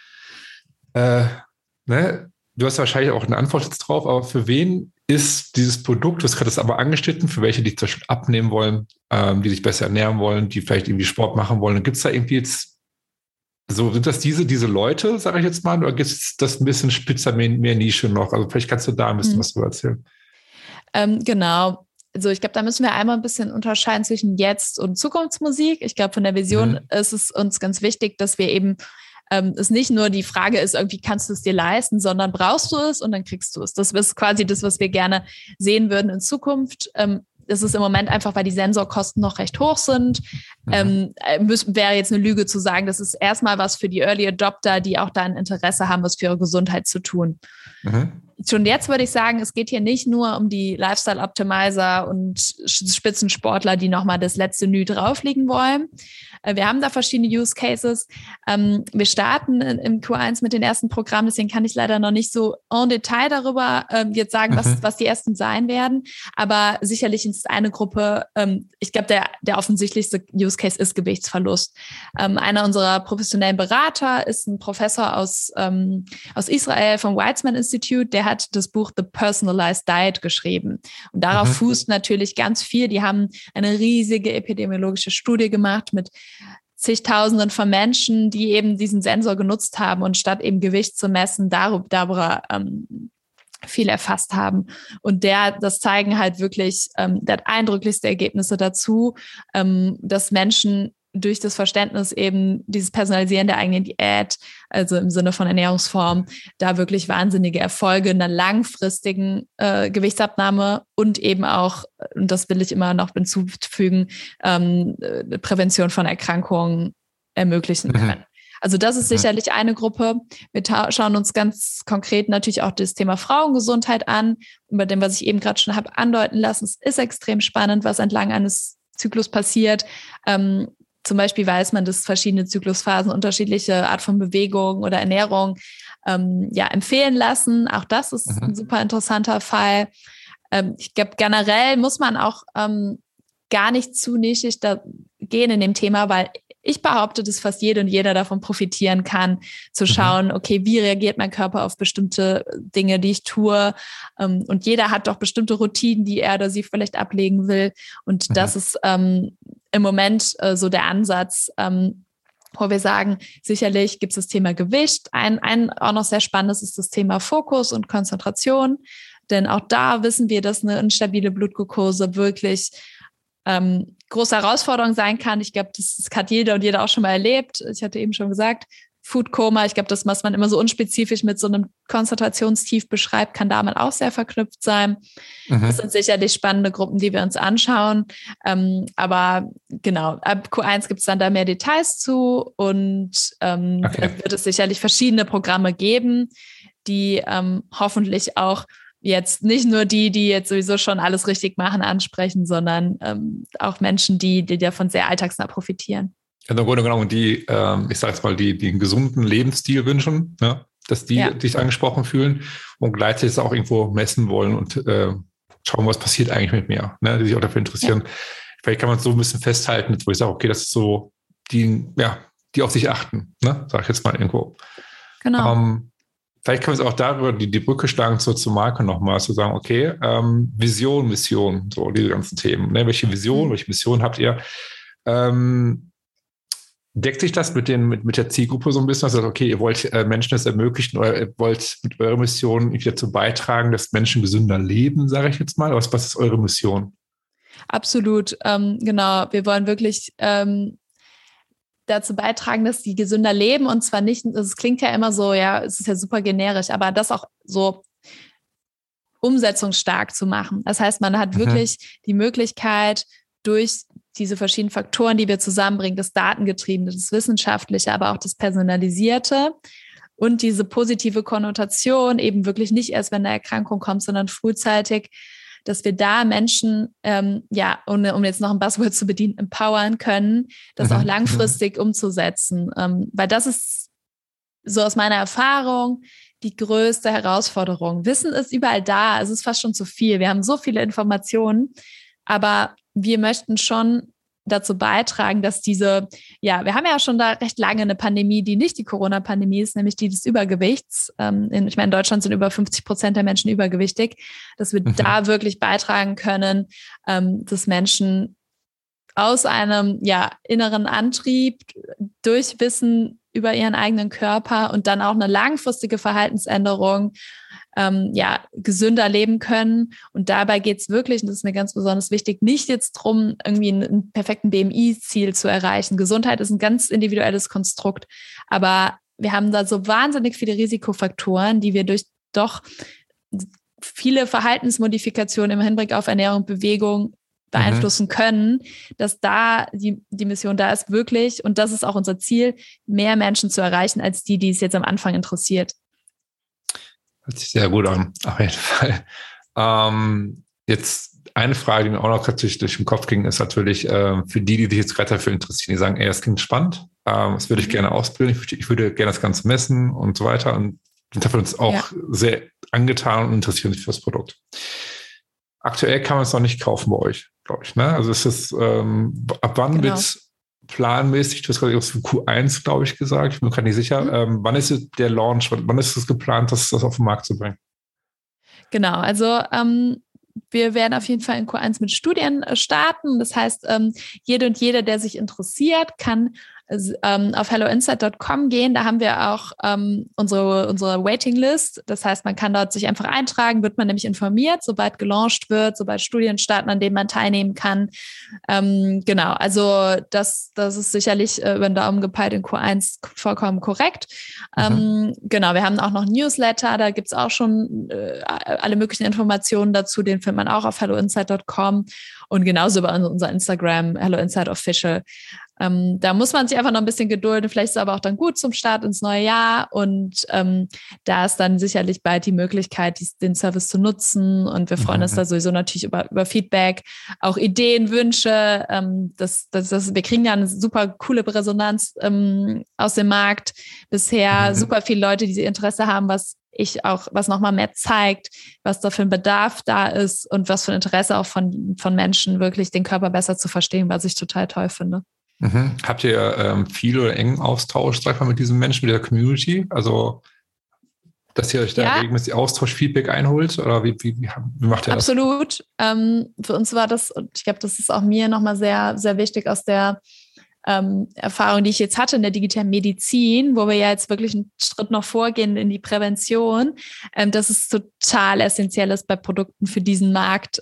du hast wahrscheinlich auch eine Antwort jetzt drauf, aber für wen ist dieses Produkt, das hat es aber angeschnitten, für welche, die zum Beispiel abnehmen wollen, die sich besser ernähren wollen, die vielleicht irgendwie Sport machen wollen? Gibt es da irgendwie jetzt, so sind das diese Leute, sage ich jetzt mal, oder gibt es das ein bisschen spitzer, mehr Nische noch? Also vielleicht kannst du da ein bisschen was drüber erzählen. Genau. Also ich glaube, da müssen wir einmal ein bisschen unterscheiden zwischen Jetzt- und Zukunftsmusik. Ich glaube, von der Vision ist es uns ganz wichtig, dass wir eben es nicht nur die Frage ist, irgendwie kannst du es dir leisten, sondern brauchst du es und dann kriegst du es. Das ist quasi das, was wir gerne sehen würden in Zukunft. Das ist im Moment einfach, weil die Sensorkosten noch recht hoch sind. Wäre jetzt eine Lüge zu sagen, das ist erstmal was für die Early Adopter, die auch da ein Interesse haben, was für ihre Gesundheit zu tun. Schon jetzt würde ich sagen, es geht hier nicht nur um die Lifestyle-Optimizer und Spitzensportler, die nochmal das letzte Nü drauflegen wollen. Wir haben da verschiedene Use Cases. Wir starten im Q1 mit den ersten Programmen, deswegen kann ich leider noch nicht so en Detail darüber jetzt sagen, was die ersten sein werden. Aber sicherlich ist es eine Gruppe, ich glaube, der offensichtlichste Use Case ist Gewichtsverlust. Einer unserer professionellen Berater ist ein Professor aus Israel vom Weizmann Institute, der hat das Buch The Personalized Diet geschrieben. Und darauf fußt natürlich ganz viel. Die haben eine riesige epidemiologische Studie gemacht mit zigtausenden von Menschen, die eben diesen Sensor genutzt haben und statt eben Gewicht zu messen, darüber viel erfasst haben. Und das zeigen halt wirklich, der hat eindrücklichste Ergebnisse dazu, dass Menschen durch das Verständnis eben dieses Personalisieren der eigenen Diät, also im Sinne von Ernährungsform, da wirklich wahnsinnige Erfolge in einer langfristigen Gewichtsabnahme und eben auch, und das will ich immer noch hinzufügen, Prävention von Erkrankungen ermöglichen können. Also das ist sicherlich eine Gruppe. Wir schauen uns ganz konkret natürlich auch das Thema Frauengesundheit an, über dem, was ich eben gerade schon habe andeuten lassen. Es ist extrem spannend, was entlang eines Zyklus passiert. Zum Beispiel weiß man, dass verschiedene Zyklusphasen unterschiedliche Art von Bewegung oder Ernährung empfehlen lassen. Auch das ist ein super interessanter Fall. Ich glaube, generell muss man auch gar nicht zu nischig da gehen in dem Thema, weil ich behaupte, dass fast jede und jeder davon profitieren kann, zu schauen, okay, wie reagiert mein Körper auf bestimmte Dinge, die ich tue? Und jeder hat doch bestimmte Routinen, die er oder sie vielleicht ablegen will. Und das ist im Moment so der Ansatz, wo wir sagen, sicherlich gibt es das Thema Gewicht. Ein auch noch sehr spannendes ist das Thema Fokus und Konzentration. Denn auch da wissen wir, dass eine instabile Blutglucose wirklich große Herausforderung sein kann. Ich glaube, das hat jeder und jeder auch schon mal erlebt. Ich hatte eben schon gesagt, Foodkoma, ich glaube, das, was man immer so unspezifisch mit so einem Konzentrationstief beschreibt, kann damit auch sehr verknüpft sein. Das sind sicherlich spannende Gruppen, die wir uns anschauen. Aber genau, ab Q1 gibt es dann da mehr Details zu und wird es sicherlich verschiedene Programme geben, die hoffentlich auch jetzt nicht nur die jetzt sowieso schon alles richtig machen, ansprechen, sondern auch Menschen, die davon sehr alltagsnah profitieren. Ja, im Grunde genommen die, ich sage jetzt mal, die einen gesunden Lebensstil wünschen, ja, dass die sich angesprochen fühlen und gleichzeitig auch irgendwo messen wollen und schauen, was passiert eigentlich mit mir, ne, die sich auch dafür interessieren. Ja. Vielleicht kann man es so ein bisschen festhalten, wo ich sage, okay, das ist so, die auf sich achten, ne, sage ich jetzt mal irgendwo. Genau. Vielleicht können wir es auch darüber die Brücke schlagen zur Marke nochmal, zu sagen, okay, Vision, Mission, so diese ganzen Themen. Ne? Welche Vision, welche Mission habt ihr? Deckt sich das mit der Zielgruppe so ein bisschen? Also, okay, ihr wollt Menschen das ermöglichen oder ihr wollt mit eurer Mission irgendwie dazu beitragen, dass Menschen gesünder leben, sage ich jetzt mal. Was ist eure Mission? Absolut, genau. Wir wollen wirklich dazu beitragen, dass die gesünder leben und zwar nicht, es klingt ja immer so, ja, es ist ja super generisch, aber das auch so umsetzungsstark zu machen. Das heißt, man hat wirklich die Möglichkeit, durch diese verschiedenen Faktoren, die wir zusammenbringen, das Datengetriebene, das Wissenschaftliche, aber auch das Personalisierte und diese positive Konnotation eben wirklich nicht erst, wenn eine Erkrankung kommt, sondern frühzeitig, dass wir da Menschen, um jetzt noch ein Buzzword zu bedienen, empowern können, das auch langfristig umzusetzen. Weil das ist so aus meiner Erfahrung die größte Herausforderung. Wissen ist überall da, es ist fast schon zu viel. Wir haben so viele Informationen, aber wir möchten schon dazu beitragen, dass wir haben ja schon da recht lange eine Pandemie, die nicht die Corona-Pandemie ist, nämlich die des Übergewichts. In Deutschland sind über 50% der Menschen übergewichtig, dass wir da wirklich beitragen können, dass Menschen aus einem inneren Antrieb durch Wissen über ihren eigenen Körper und dann auch eine langfristige Verhaltensänderung gesünder leben können. Und dabei geht es wirklich, und das ist mir ganz besonders wichtig, nicht jetzt darum, irgendwie einen perfekten BMI-Ziel zu erreichen. Gesundheit ist ein ganz individuelles Konstrukt, aber wir haben da so wahnsinnig viele Risikofaktoren, die wir durch doch viele Verhaltensmodifikationen im Hinblick auf Ernährung und Bewegung beeinflussen können, dass da die Mission da ist, wirklich, und das ist auch unser Ziel, mehr Menschen zu erreichen, als die es jetzt am Anfang interessiert. Hört sich sehr gut an, auf jeden Fall. Jetzt eine Frage, die mir auch noch durch den Kopf ging, ist natürlich für die sich jetzt gerade dafür interessieren, die sagen, das klingt spannend, das würde ich gerne ausbilden, ich würde gerne das Ganze messen und so weiter und sind dafür uns auch sehr angetan und interessieren sich für das Produkt. Aktuell kann man es noch nicht kaufen bei euch, glaube ich. Ne? Also ist es, ab wann wird es planmäßig, du hast gerade für Q1, glaube ich, gesagt, ich bin mir gerade nicht sicher, wann ist der Launch, wann ist es geplant, das auf den Markt zu bringen? Genau, also wir werden auf jeden Fall in Q1 mit Studien starten. Das heißt, jede und jeder, der sich interessiert, kann auf helloinsight.com gehen. Da haben wir auch unsere Waiting-List. Das heißt, man kann dort sich einfach eintragen, wird man nämlich informiert, sobald gelauncht wird, sobald Studien starten, an denen man teilnehmen kann. Genau, also das ist sicherlich über den Daumen gepeilt in Q1 vollkommen korrekt. Genau, wir haben auch noch ein Newsletter, da gibt es auch schon alle möglichen Informationen dazu, den findet man auch auf helloinsight.com und genauso über unser Instagram, helloinsightofficial. Da muss man sich einfach noch ein bisschen gedulden. Vielleicht ist es aber auch dann gut zum Start ins neue Jahr. Und da ist dann sicherlich bald die Möglichkeit, den Service zu nutzen. Und wir freuen uns da sowieso natürlich über Feedback, auch Ideen, Wünsche. Wir kriegen ja eine super coole Resonanz aus dem Markt bisher. Super viele Leute, die Interesse haben, was nochmal mehr zeigt, was da für ein Bedarf da ist und was für ein Interesse auch von Menschen, wirklich den Körper besser zu verstehen, was ich total toll finde. Habt ihr viel oder engen Austausch, sag ich mal, mit diesen Menschen, mit der Community? Also, dass ihr euch da regelmäßig Austausch, Feedback einholt? Oder wie macht ihr das? Absolut. Für uns war das, und ich glaube, das ist auch mir nochmal sehr, sehr wichtig aus der Erfahrung, die ich jetzt hatte in der digitalen Medizin, wo wir ja jetzt wirklich einen Schritt noch vorgehen in die Prävention, dass es total essentiell ist bei Produkten für diesen Markt,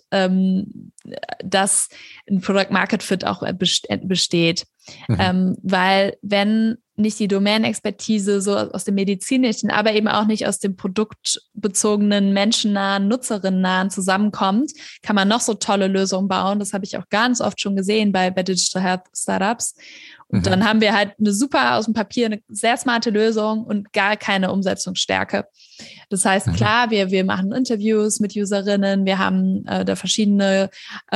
dass ein Product-Market-Fit auch besteht. Weil wenn nicht die Domänenexpertise so aus dem medizinischen, aber eben auch nicht aus dem produktbezogenen, menschennahen, nutzerinnennahen zusammenkommt, kann man noch so tolle Lösungen bauen. Das habe ich auch ganz oft schon gesehen bei Digital Health Startups. Und dann haben wir halt eine super aus dem Papier, eine sehr smarte Lösung und gar keine Umsetzungsstärke. Das heißt, klar, wir machen Interviews mit Userinnen, wir haben da verschiedene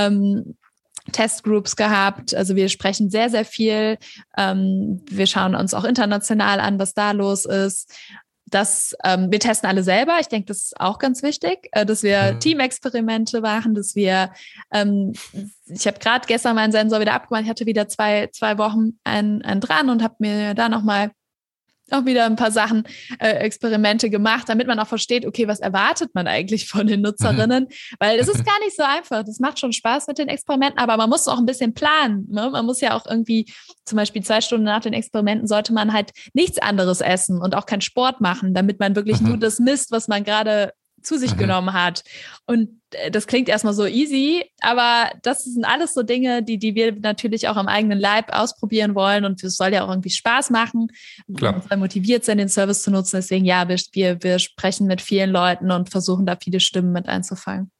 Testgroups gehabt. Also wir sprechen sehr, sehr viel. Wir schauen uns auch international an, was da los ist. Wir testen alle selber. Ich denke, das ist auch ganz wichtig, dass wir Teamexperimente machen, dass wir, ich habe gerade gestern meinen Sensor wieder abgemacht. Ich hatte wieder zwei Wochen einen dran und habe mir da nochmal auch wieder ein paar Sachen, Experimente gemacht, damit man auch versteht, okay, was erwartet man eigentlich von den Nutzerinnen? Weil es ist gar nicht so einfach. Das macht schon Spaß mit den Experimenten, aber man muss auch ein bisschen planen. Ne? Man muss ja auch irgendwie, zum Beispiel 2 Stunden nach den Experimenten sollte man halt nichts anderes essen und auch keinen Sport machen, damit man wirklich nur das misst, was man gerade zu sich genommen hat. Und das klingt erstmal so easy, aber das sind alles so Dinge, die wir natürlich auch am eigenen Leib ausprobieren wollen und es soll ja auch irgendwie Spaß machen. Klar. Man soll motiviert sein, den Service zu nutzen. Deswegen, ja, wir sprechen mit vielen Leuten und versuchen da viele Stimmen mit einzufangen.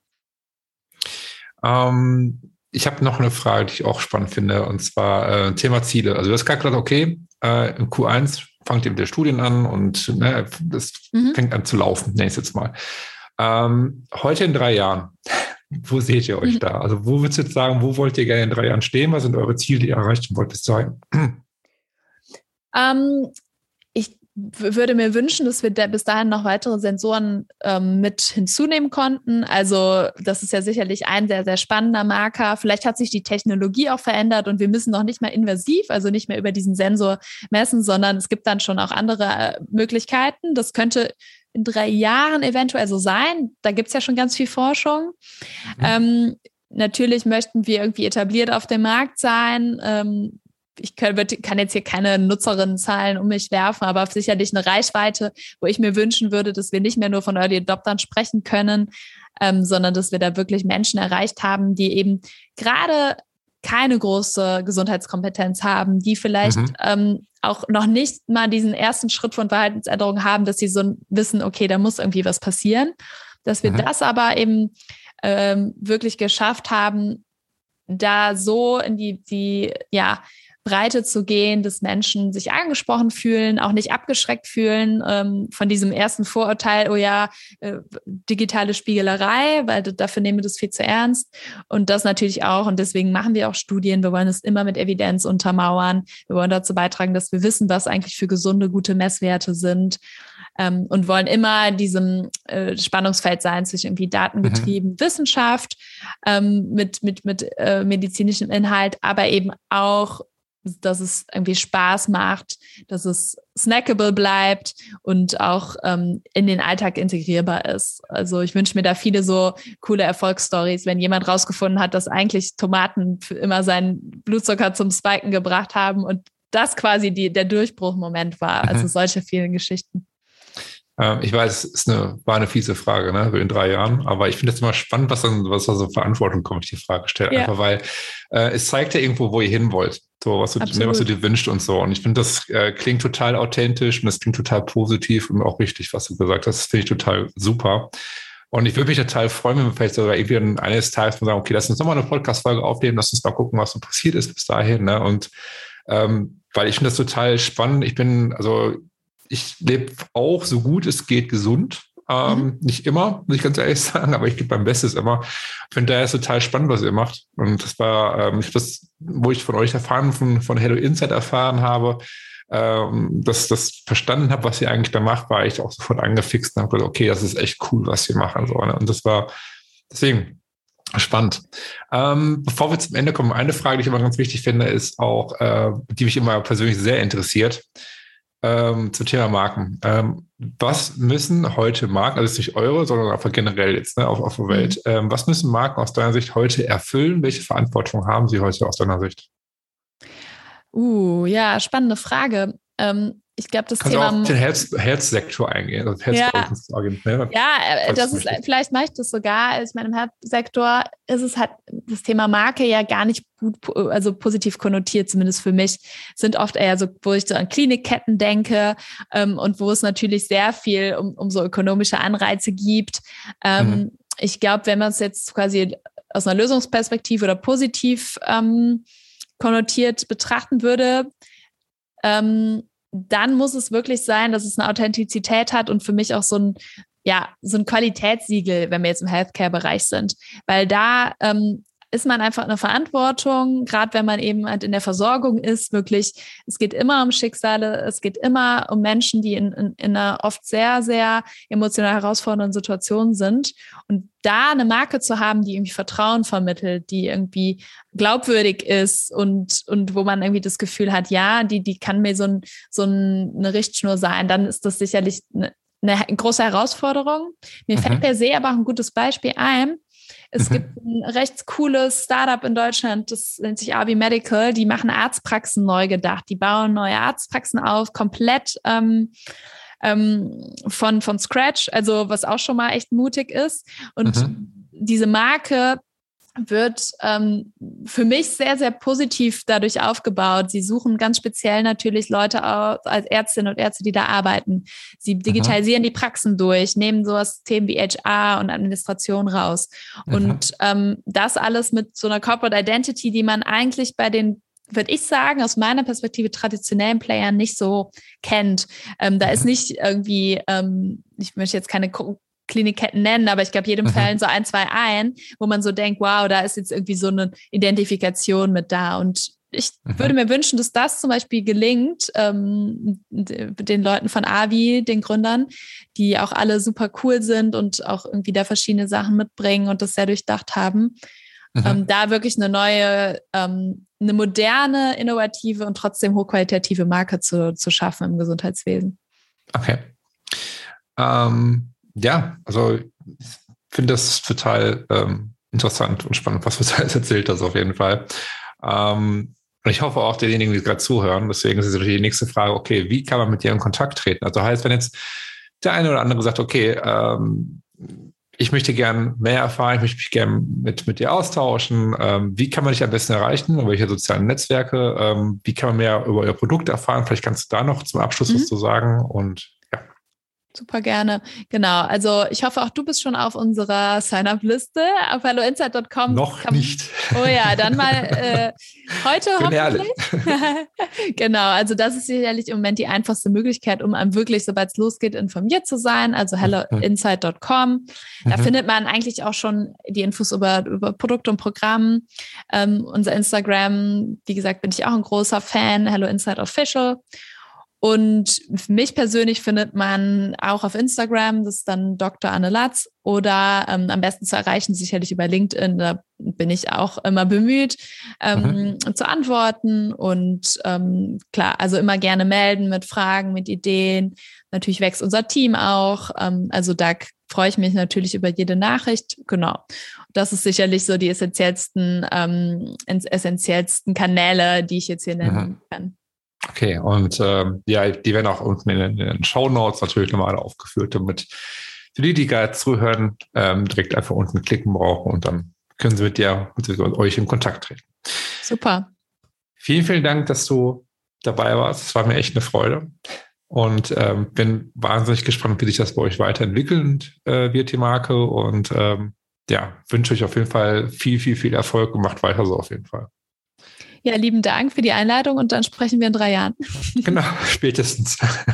Ich habe noch eine Frage, die ich auch spannend finde, und zwar Thema Ziele. Also du hast gerade gesagt, okay, im Q1 fangt ihr mit der Studien an und das fängt an zu laufen, nenne ich es jetzt mal. Heute in 3 Jahren, wo seht ihr euch da? Also wo würdest du jetzt sagen, wo wollt ihr gerne in 3 Jahren stehen? Was sind eure Ziele, die ihr erreichen wollt bis dahin? Ich würde mir wünschen, dass wir bis dahin noch weitere Sensoren mit hinzunehmen konnten. Also das ist ja sicherlich ein sehr, sehr spannender Marker. Vielleicht hat sich die Technologie auch verändert und wir müssen noch nicht mehr invasiv, also nicht mehr über diesen Sensor messen, sondern es gibt dann schon auch andere Möglichkeiten. Das könnte in 3 Jahren eventuell so sein. Da gibt es ja schon ganz viel Forschung. Natürlich möchten wir irgendwie etabliert auf dem Markt sein. Ich kann jetzt hier keine Nutzerinnenzahlen um mich werfen, aber sicherlich eine Reichweite, wo ich mir wünschen würde, dass wir nicht mehr nur von Early Adoptern sprechen können, sondern dass wir da wirklich Menschen erreicht haben, die eben gerade keine große Gesundheitskompetenz haben, die vielleicht auch noch nicht mal diesen ersten Schritt von Verhaltensänderung haben, dass sie so wissen, okay, da muss irgendwie was passieren. Dass wir das aber eben wirklich geschafft haben, da so in die Breite zu gehen, dass Menschen sich angesprochen fühlen, auch nicht abgeschreckt fühlen von diesem ersten Vorurteil, digitale Spiegelerei, weil dafür nehmen wir das viel zu ernst. Und das natürlich auch. Und deswegen machen wir auch Studien. Wir wollen es immer mit Evidenz untermauern. Wir wollen dazu beitragen, dass wir wissen, was eigentlich für gesunde, gute Messwerte sind. Und wollen immer in diesem Spannungsfeld sein zwischen irgendwie datengetrieben Wissenschaft mit medizinischem Inhalt, aber eben auch, dass es irgendwie Spaß macht, dass es snackable bleibt und auch in den Alltag integrierbar ist. Also ich wünsche mir da viele so coole Erfolgsstories, wenn jemand rausgefunden hat, dass eigentlich Tomaten für immer seinen Blutzucker zum Spiken gebracht haben und das quasi der Durchbruchmoment war. Also solche vielen Geschichten. Ich weiß, es war eine fiese Frage, ne, in 3 Jahren, aber ich finde es immer spannend, was da so Verantwortung kommt, ich die Frage stelle. Ja. Einfach weil es zeigt ja irgendwo, wo ihr hin wollt, so was du dir wünschst und so. Und ich finde, das klingt total authentisch und das klingt total positiv und auch richtig, was du gesagt hast. Das finde ich total super. Und ich würde mich total freuen, wenn wir vielleicht sogar irgendwie eines Tages mal sagen, okay, lass uns nochmal eine Podcast-Folge aufnehmen, lass uns mal gucken, was so passiert ist bis dahin. Ne? Und weil ich finde das total spannend. Ich lebe auch so gut es geht gesund. Nicht immer, muss ich ganz ehrlich sagen, aber ich gebe mein Bestes immer. Ich finde daher ist total spannend, was ihr macht. Und das war, wo ich von euch erfahren, von Hello Insight erfahren habe, das verstanden habe, was ihr eigentlich da macht, war ich auch sofort angefixt und habe gesagt, okay, das ist echt cool, was ihr machen. So, ne? Und das war deswegen spannend. Bevor wir zum Ende kommen, eine Frage, die ich immer ganz wichtig finde, ist auch, die mich immer persönlich sehr interessiert, zum Thema Marken. Was müssen heute Marken, also nicht eure, sondern einfach generell jetzt auf der Welt, was müssen Marken aus deiner Sicht heute erfüllen? Welche Verantwortung haben sie heute aus deiner Sicht? Ja, spannende Frage. Ich glaube, das Thema... Kannst du auch den Health-Sektor eingehen? Also vielleicht mache ich das sogar. Ich meine, im Health-Sektor ist es halt das Thema Marke ja gar nicht gut, also positiv konnotiert, zumindest für mich, sind oft eher so, wo ich so an Klinikketten denke und wo es natürlich sehr viel um so ökonomische Anreize gibt. Ich glaube, wenn man es jetzt quasi aus einer Lösungsperspektive oder positiv konnotiert betrachten würde, dann muss es wirklich sein, dass es eine Authentizität hat und für mich auch so ein Qualitätssiegel, wenn wir jetzt im Healthcare-Bereich sind. Weil da ist man einfach in der Verantwortung, gerade wenn man eben halt in der Versorgung ist, wirklich, es geht immer um Schicksale, es geht immer um Menschen, die in einer oft sehr, sehr emotional herausfordernden Situation sind. Und da eine Marke zu haben, die irgendwie Vertrauen vermittelt, die irgendwie glaubwürdig ist und wo man irgendwie das Gefühl hat, ja, die kann mir so eine Richtschnur sein, dann ist das sicherlich eine große Herausforderung. Mir fällt per se aber auch ein gutes Beispiel ein. Es gibt ein recht cooles Startup in Deutschland, das nennt sich Avi Medical, die machen Arztpraxen neu gedacht. Die bauen neue Arztpraxen auf, komplett von Scratch, also was auch schon mal echt mutig ist. Und diese Marke wird für mich sehr, sehr positiv dadurch aufgebaut. Sie suchen ganz speziell natürlich Leute als Ärztinnen und Ärzte, die da arbeiten. Sie digitalisieren die Praxen durch, nehmen sowas Themen wie HR und Administration raus. Und das alles mit so einer Corporate Identity, die man eigentlich bei den, würde ich sagen, aus meiner Perspektive traditionellen Playern nicht so kennt. Da ist nicht irgendwie, ich möchte jetzt keine Klinikketten nennen, aber ich glaube, jedem fallen so 1, 2 ein, wo man so denkt, wow, da ist jetzt irgendwie so eine Identifikation mit da. Und ich würde mir wünschen, dass das zum Beispiel gelingt, den Leuten von Avi, den Gründern, die auch alle super cool sind und auch irgendwie da verschiedene Sachen mitbringen und das sehr durchdacht haben, da wirklich eine neue, eine moderne, innovative und trotzdem hochqualitative Marke zu schaffen im Gesundheitswesen. Okay. Ja, also ich finde das total interessant und spannend, was du alles erzählt hast, auf jeden Fall. Und ich hoffe auch derjenigen, die gerade zuhören, deswegen ist es natürlich die nächste Frage, okay, wie kann man mit dir in Kontakt treten? Also heißt, wenn jetzt der eine oder andere sagt, okay, ich möchte gern mehr erfahren, ich möchte mich gern mit dir austauschen, wie kann man dich am besten erreichen, über welche sozialen Netzwerke, wie kann man mehr über euer Produkt erfahren? Vielleicht kannst du da noch zum Abschluss was zu sagen und super gerne. Genau. Also ich hoffe, auch du bist schon auf unserer Sign-up-Liste auf helloinsight.com. Noch nicht. Oh ja, dann mal heute hoffentlich. Genau. Also das ist sicherlich im Moment die einfachste Möglichkeit, um einem wirklich, sobald es losgeht, informiert zu sein. Also helloinsight.com. Da findet man eigentlich auch schon die Infos über Produkte und Programm. Unser Instagram, wie gesagt, bin ich auch ein großer Fan. Hello Insight Official. Und mich persönlich findet man auch auf Instagram, das ist dann Dr. Anne Latz, oder am besten zu erreichen sicherlich über LinkedIn, da bin ich auch immer bemüht zu antworten und klar, also immer gerne melden mit Fragen, mit Ideen. Natürlich wächst unser Team auch, also da freue ich mich natürlich über jede Nachricht, genau. Das ist sicherlich so die essentiellsten Kanäle, die ich jetzt hier nennen kann. Okay, und ja, die werden auch unten in den Shownotes natürlich nochmal aufgeführt, damit für die gerade zuhören, direkt einfach unten klicken brauchen und dann können sie mit euch in Kontakt treten. Super. Vielen, vielen Dank, dass du dabei warst. Es war mir echt eine Freude. Und bin wahnsinnig gespannt, wie sich das bei euch weiterentwickeln wird, die Marke. Und wünsche euch auf jeden Fall viel, viel, viel Erfolg und macht weiter so auf jeden Fall. Ja, lieben Dank für die Einladung und dann sprechen wir in 3 Jahren. Genau, spätestens.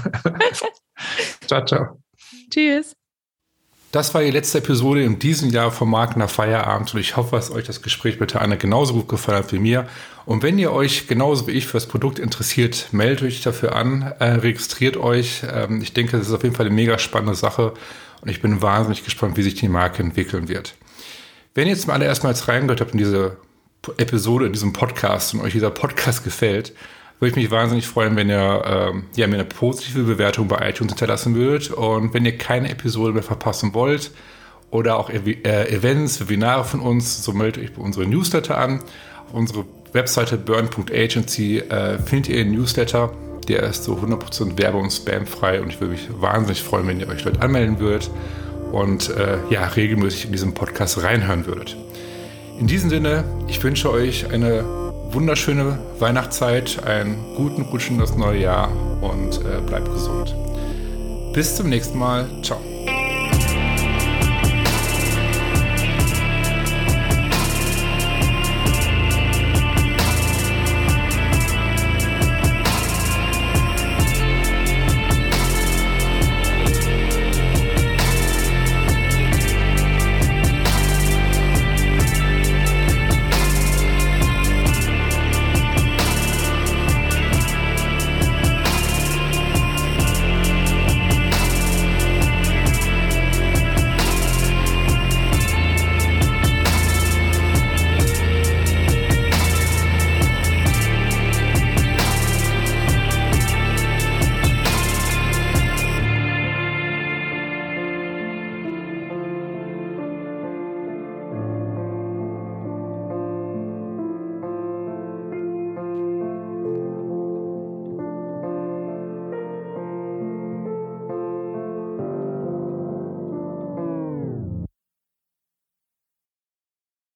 Ciao, ciao. Tschüss. Das war die letzte Episode in diesem Jahr vom Marken nach Feierabend und ich hoffe, dass euch das Gespräch mit der Anne genauso gut gefallen hat wie mir. Und wenn ihr euch genauso wie ich für das Produkt interessiert, meldet euch dafür an, registriert euch. Ich denke, das ist auf jeden Fall eine mega spannende Sache und ich bin wahnsinnig gespannt, wie sich die Marke entwickeln wird. Wenn ihr jetzt mal erstmals reingehört habt in diese Episode, in diesem Podcast und euch dieser Podcast gefällt, würde ich mich wahnsinnig freuen, wenn ihr mir eine positive Bewertung bei iTunes hinterlassen würdet. Und wenn ihr keine Episode mehr verpassen wollt oder auch Events, Webinare von uns, so meldet euch bei unserem Newsletter an. Auf unserer Webseite burn.agency findet ihr einen Newsletter. Der ist so 100% werbe- und spamfrei und ich würde mich wahnsinnig freuen, wenn ihr euch dort anmelden würdet und regelmäßig in diesen Podcast reinhören würdet. In diesem Sinne, ich wünsche euch eine wunderschöne Weihnachtszeit, einen guten Rutsch in das neue Jahr und bleibt gesund. Bis zum nächsten Mal. Ciao.